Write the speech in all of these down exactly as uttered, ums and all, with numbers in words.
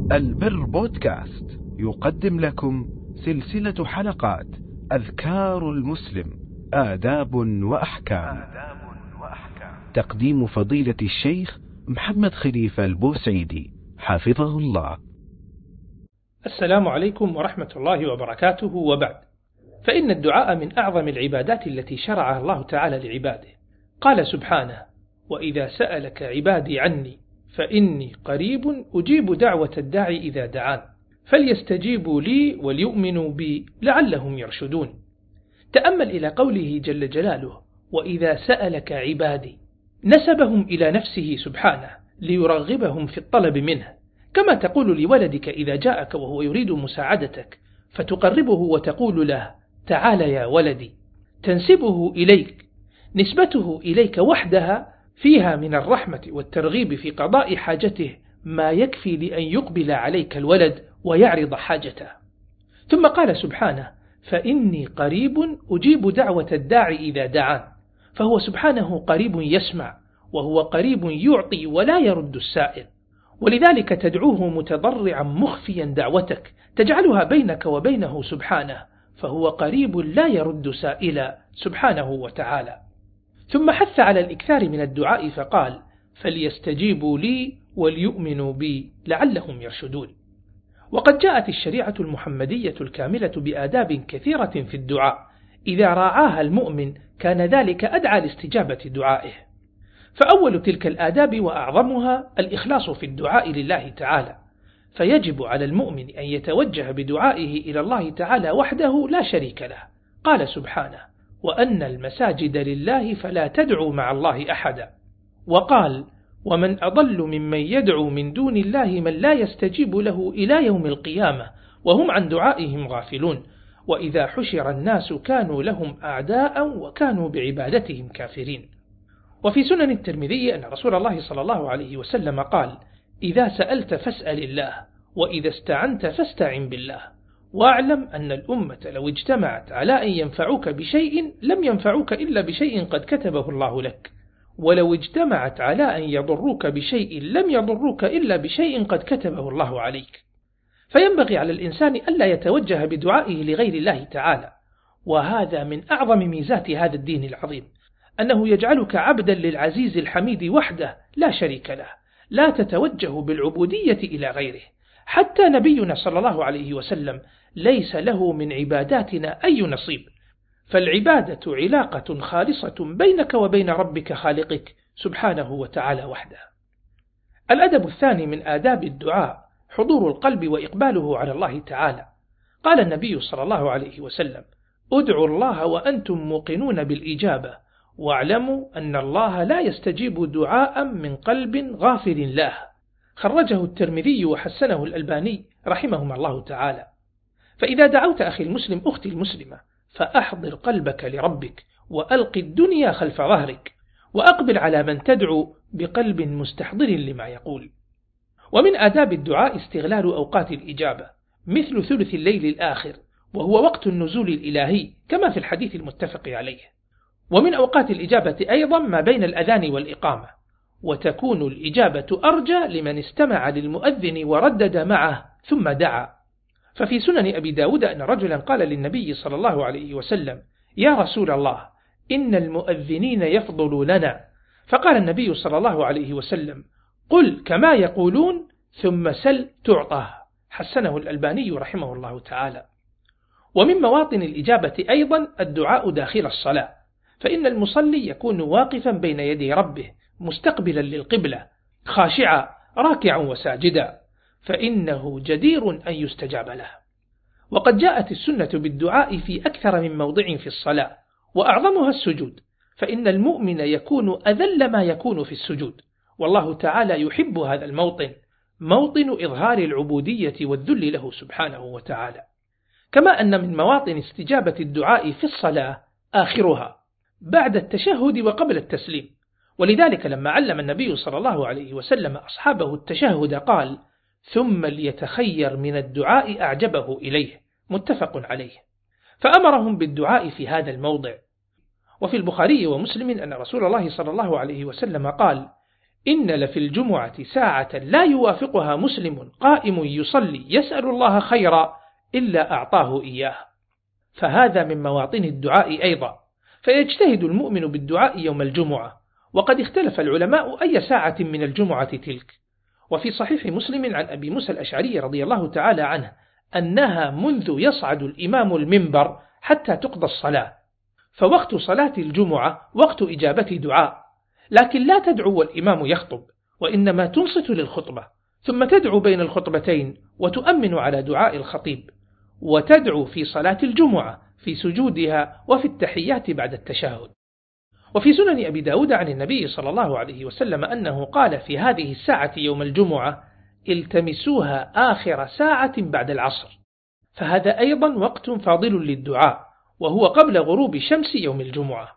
البر بودكاست يقدم لكم سلسلة حلقات أذكار المسلم آداب وأحكام. تقديم فضيلة الشيخ محمد خليفة البوسعيدي حفظه الله. السلام عليكم ورحمة الله وبركاته، وبعد، فإن الدعاء من أعظم العبادات التي شرعها الله تعالى لعباده. قال سبحانه: وإذا سألك عبادي عني فإني قريب أجيب دعوة الداعي إذا دعان فليستجيبوا لي وليؤمنوا بي لعلهم يرشدون. تأمل إلى قوله جل جلاله: وإذا سألك عبادي، نسبهم إلى نفسه سبحانه ليرغبهم في الطلب منه، كما تقول لولدك إذا جاءك وهو يريد مساعدتك فتقربه وتقول له: تعال يا ولدي، تنسبه إليك. نسبته إليك وحدها فيها من الرحمة والترغيب في قضاء حاجته ما يكفي لأن يقبل عليك الولد ويعرض حاجته. ثم قال سبحانه: فإني قريب أجيب دعوة الداعي إذا دعان، فهو سبحانه قريب يسمع، وهو قريب يعطي ولا يرد السائل، ولذلك تدعوه متضرعا مخفيا دعوتك تجعلها بينك وبينه سبحانه، فهو قريب لا يرد سائلا سبحانه وتعالى. ثم حث على الإكثار من الدعاء فقال: فليستجيبوا لي وليؤمنوا بي لعلهم يرشدون. وقد جاءت الشريعة المحمدية الكاملة بآداب كثيرة في الدعاء، إذا راعاها المؤمن كان ذلك أدعى لاستجابة دعائه. فأول تلك الآداب وأعظمها الإخلاص في الدعاء لله تعالى، فيجب على المؤمن أن يتوجه بدعائه إلى الله تعالى وحده لا شريك له. قال سبحانه: وأن المساجد لله فلا تدعوا مع الله أحدا. وقال: ومن أضل ممن يدعو من دون الله من لا يستجيب له إلى يوم القيامة وهم عن دعائهم غافلون، وإذا حشر الناس كانوا لهم أعداء وكانوا بعبادتهم كافرين. وفي سنن الترمذي أن رسول الله صلى الله عليه وسلم قال: إذا سألت فاسأل الله، وإذا استعنت فاستعن بالله، واعلم أن الأمة لو اجتمعت على أن ينفعوك بشيء لم ينفعوك إلا بشيء قد كتبه الله لك، ولو اجتمعت على أن يضروك بشيء لم يضروك إلا بشيء قد كتبه الله عليك. فينبغي على الإنسان ألا يتوجه بدعائه لغير الله تعالى، وهذا من أعظم ميزات هذا الدين العظيم، أنه يجعلك عبدا للعزيز الحميد وحده لا شريك له، لا تتوجه بالعبودية إلى غيره. حتى نبينا صلى الله عليه وسلم ليس له من عباداتنا أي نصيب، فالعبادة علاقة خالصة بينك وبين ربك خالقك سبحانه وتعالى وحده. الأدب الثاني من آداب الدعاء حضور القلب وإقباله على الله تعالى. قال النبي صلى الله عليه وسلم: ادعوا الله وأنتم موقنون بالإجابة، واعلموا أن الله لا يستجيب دعاء من قلب غافل له. خرجه الترمذي وحسنه الألباني رحمهما الله تعالى. فإذا دعوت أخي المسلم أختي المسلمة فأحضر قلبك لربك، وألق الدنيا خلف ظهرك، وأقبل على من تدعو بقلب مستحضر لما يقول. ومن آداب الدعاء استغلال أوقات الإجابة، مثل ثلث الليل الآخر، وهو وقت النزول الإلهي كما في الحديث المتفق عليه. ومن أوقات الإجابة أيضا ما بين الأذان والإقامة، وتكون الإجابة أرجى لمن استمع للمؤذن وردد معه ثم دعا. ففي سنن أبي داود أن رجلا قال للنبي صلى الله عليه وسلم: يا رسول الله، إن المؤذنين يفضلوننا. فقال النبي صلى الله عليه وسلم: قل كما يقولون ثم سل تعطى. حسنه الألباني رحمه الله تعالى. ومن مواطن الإجابة أيضا الدعاء داخل الصلاة، فإن المصلي يكون واقفا بين يدي ربه مستقبلا للقبلة خاشعا راكعا وساجدا، فإنه جدير أن يستجاب له. وقد جاءت السنة بالدعاء في أكثر من موضع في الصلاة، وأعظمها السجود، فإن المؤمن يكون أذل ما يكون في السجود، والله تعالى يحب هذا الموطن، موطن إظهار العبودية والذل له سبحانه وتعالى. كما أن من مواطن استجابة الدعاء في الصلاة آخرها بعد التشهد وقبل التسليم، ولذلك لما علم النبي صلى الله عليه وسلم أصحابه التشهد قال: ثم ليتخير من الدعاء أعجبه إليه، متفق عليه. فأمرهم بالدعاء في هذا الموضع. وفي البخاري ومسلم أن رسول الله صلى الله عليه وسلم قال: إن لفي الجمعة ساعة لا يوافقها مسلم قائم يصلي يسأل الله خيرا إلا أعطاه إياه. فهذا من مواطن الدعاء أيضا، فيجتهد المؤمن بالدعاء يوم الجمعة. وقد اختلف العلماء أي ساعة من الجمعة تلك. وفي صحيح مسلم عن أبي موسى الأشعري رضي الله تعالى عنه أنها منذ يصعد الإمام المنبر حتى تقضى الصلاة، فوقت صلاة الجمعة وقت إجابة دعاء، لكن لا تدعو والإمام يخطب، وإنما تنصت للخطبة، ثم تدعو بين الخطبتين وتؤمن على دعاء الخطيب، وتدعو في صلاة الجمعة في سجودها وفي التحيات بعد التشهد. وفي سنن أبي داود عن النبي صلى الله عليه وسلم أنه قال في هذه الساعة يوم الجمعة: التمسوها آخر ساعة بعد العصر. فهذا أيضا وقت فاضل للدعاء، وهو قبل غروب شمس يوم الجمعة.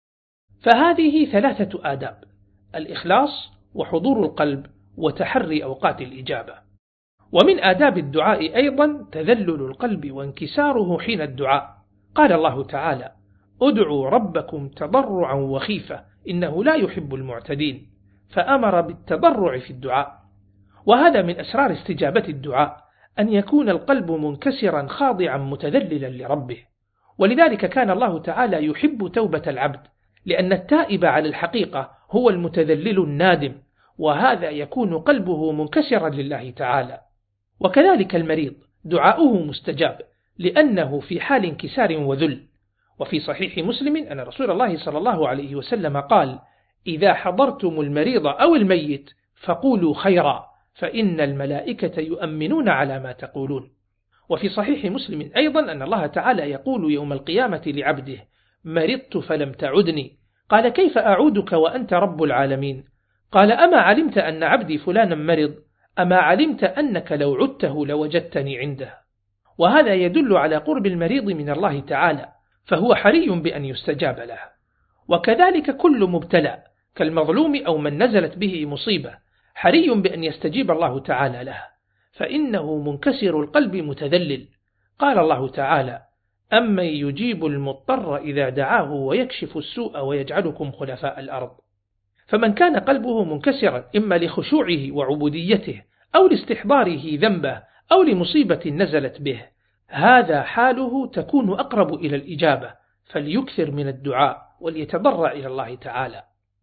فهذه ثلاثة آداب: الإخلاص وحضور القلب وتحري أوقات الإجابة. ومن آداب الدعاء أيضا تذلل القلب وانكساره حين الدعاء. قال الله تعالى: ادعوا ربكم تضرعا وخيفة إنه لا يحب المعتدين، فأمر بالتضرع في الدعاء. وهذا من أسرار استجابة الدعاء، أن يكون القلب منكسرا خاضعا متذللا لربه. ولذلك كان الله تعالى يحب توبة العبد، لأن التائب على الحقيقة هو المتذلل النادم، وهذا يكون قلبه منكسرا لله تعالى. وكذلك المريض دعاؤه مستجاب، لأنه في حال انكسار وذل. وفي صحيح مسلم أن رسول الله صلى الله عليه وسلم قال: إذا حضرتم المريض أو الميت فقولوا خيرا، فإن الملائكة يؤمنون على ما تقولون. وفي صحيح مسلم أيضا أن الله تعالى يقول يوم القيامة لعبده: مرضت فلم تعدني، قال: كيف أعودك وأنت رب العالمين؟ قال: أما علمت أن عبدي فلانا مرض؟ أما علمت أنك لو عدته لوجدتني عنده؟ وهذا يدل على قرب المريض من الله تعالى، فهو حري بأن يستجاب له. وكذلك كل مبتلى كالمظلوم أو من نزلت به مصيبة حري بأن يستجيب الله تعالى له، فإنه منكسر القلب متذلل. قال الله تعالى: أمن يجيب المضطر إذا دعاه ويكشف السوء ويجعلكم خلفاء الأرض. فمن كان قلبه منكسرا إما لخشوعه وعبوديته أو لاستحضاره ذنبه أو لمصيبة نزلت به، هذا حاله تكون أقرب إلى الإجابة، فليكثر من الدعاء وليتضرع إلى الله تعالى.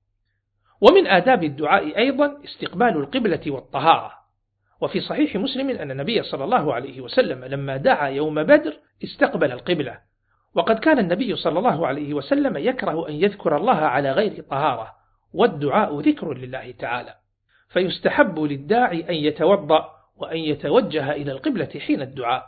ومن آداب الدعاء أيضا استقبال القبلة والطهارة. وفي صحيح مسلم أن النبي صلى الله عليه وسلم لما دعا يوم بدر استقبل القبلة، وقد كان النبي صلى الله عليه وسلم يكره أن يذكر الله على غير طهارة، والدعاء ذكر لله تعالى، فيستحب للداعي أن يتوضأ وأن يتوجه إلى القبلة حين الدعاء.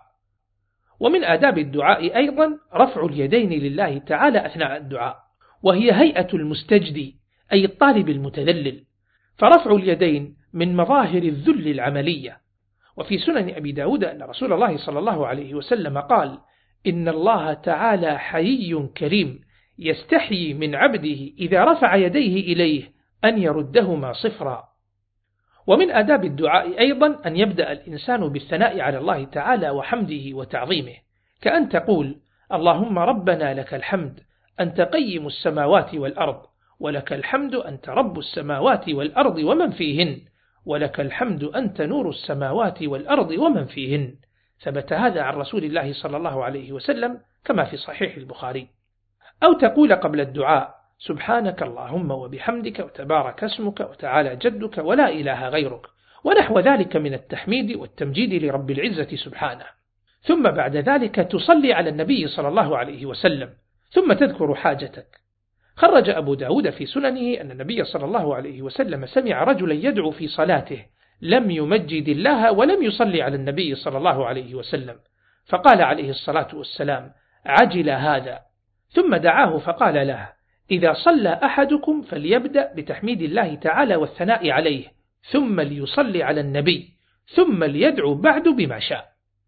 ومن آداب الدعاء أيضا رفع اليدين لله تعالى أثناء الدعاء، وهي هيئة المستجدي أي الطالب المتذلل، فرفع اليدين من مظاهر الذل العملية. وفي سنن أبي داود أن رسول الله صلى الله عليه وسلم قال: إن الله تعالى حيي كريم يستحيي من عبده إذا رفع يديه إليه أن يردهما صفرا. ومن آداب الدعاء أيضا أن يبدأ الإنسان بالثناء على الله تعالى وحمده وتعظيمه، كأن تقول: اللهم ربنا لك الحمد أنت قيم السماوات والأرض، ولك الحمد أنت رب السماوات والأرض ومن فيهن، ولك الحمد أنت نور السماوات والأرض ومن فيهن. ثبت هذا عن رسول الله صلى الله عليه وسلم كما في صحيح البخاري. أو تقول قبل الدعاء: سبحانك اللهم وبحمدك وتبارك اسمك وتعالى جدك ولا إله غيرك، ونحو ذلك من التحميد والتمجيد لرب العزة سبحانه. ثم بعد ذلك تصلي على النبي صلى الله عليه وسلم، ثم تذكر حاجتك. خرج أبو داود في سننه أن النبي صلى الله عليه وسلم سمع رجلا يدعو في صلاته لم يمجد الله ولم يصلي على النبي صلى الله عليه وسلم، فقال عليه الصلاة والسلام: عجل هذا. ثم دعاه فقال له: إذا صلى أحدكم فليبدأ بتحميد الله تعالى والثناء عليه، ثم ليصلي على النبي، ثم ليدعو بعد بما شاء.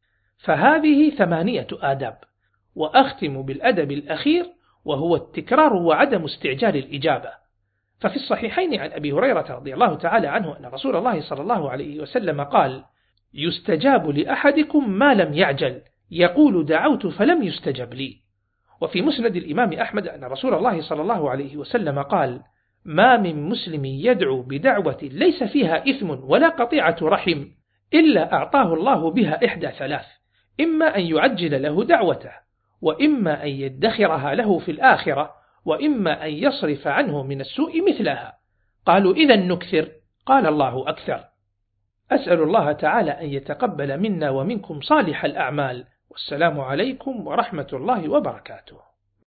فهذه ثمانية آداب. وأختم بالأدب الأخير، وهو التكرار وعدم استعجال الإجابة. ففي الصحيحين عن أبي هريرة رضي الله تعالى عنه أن رسول الله صلى الله عليه وسلم قال: يستجاب لأحدكم ما لم يعجل، يقول دعوت فلم يستجب لي. وفي مسند الإمام أحمد أن رسول الله صلى الله عليه وسلم قال: ما من مسلم يدعو بدعوة ليس فيها إثم ولا قطيعة رحم إلا أعطاه الله بها إحدى ثلاث: إما أن يعجل له دعوته، وإما أن يدخرها له في الآخرة، وإما أن يصرف عنه من السوء مثلها. قالوا: إذا نكثر. قال الله: أكثر. أسأل الله تعالى أن يتقبل منا ومنكم صالح الأعمال، والسلام عليكم ورحمة الله وبركاته.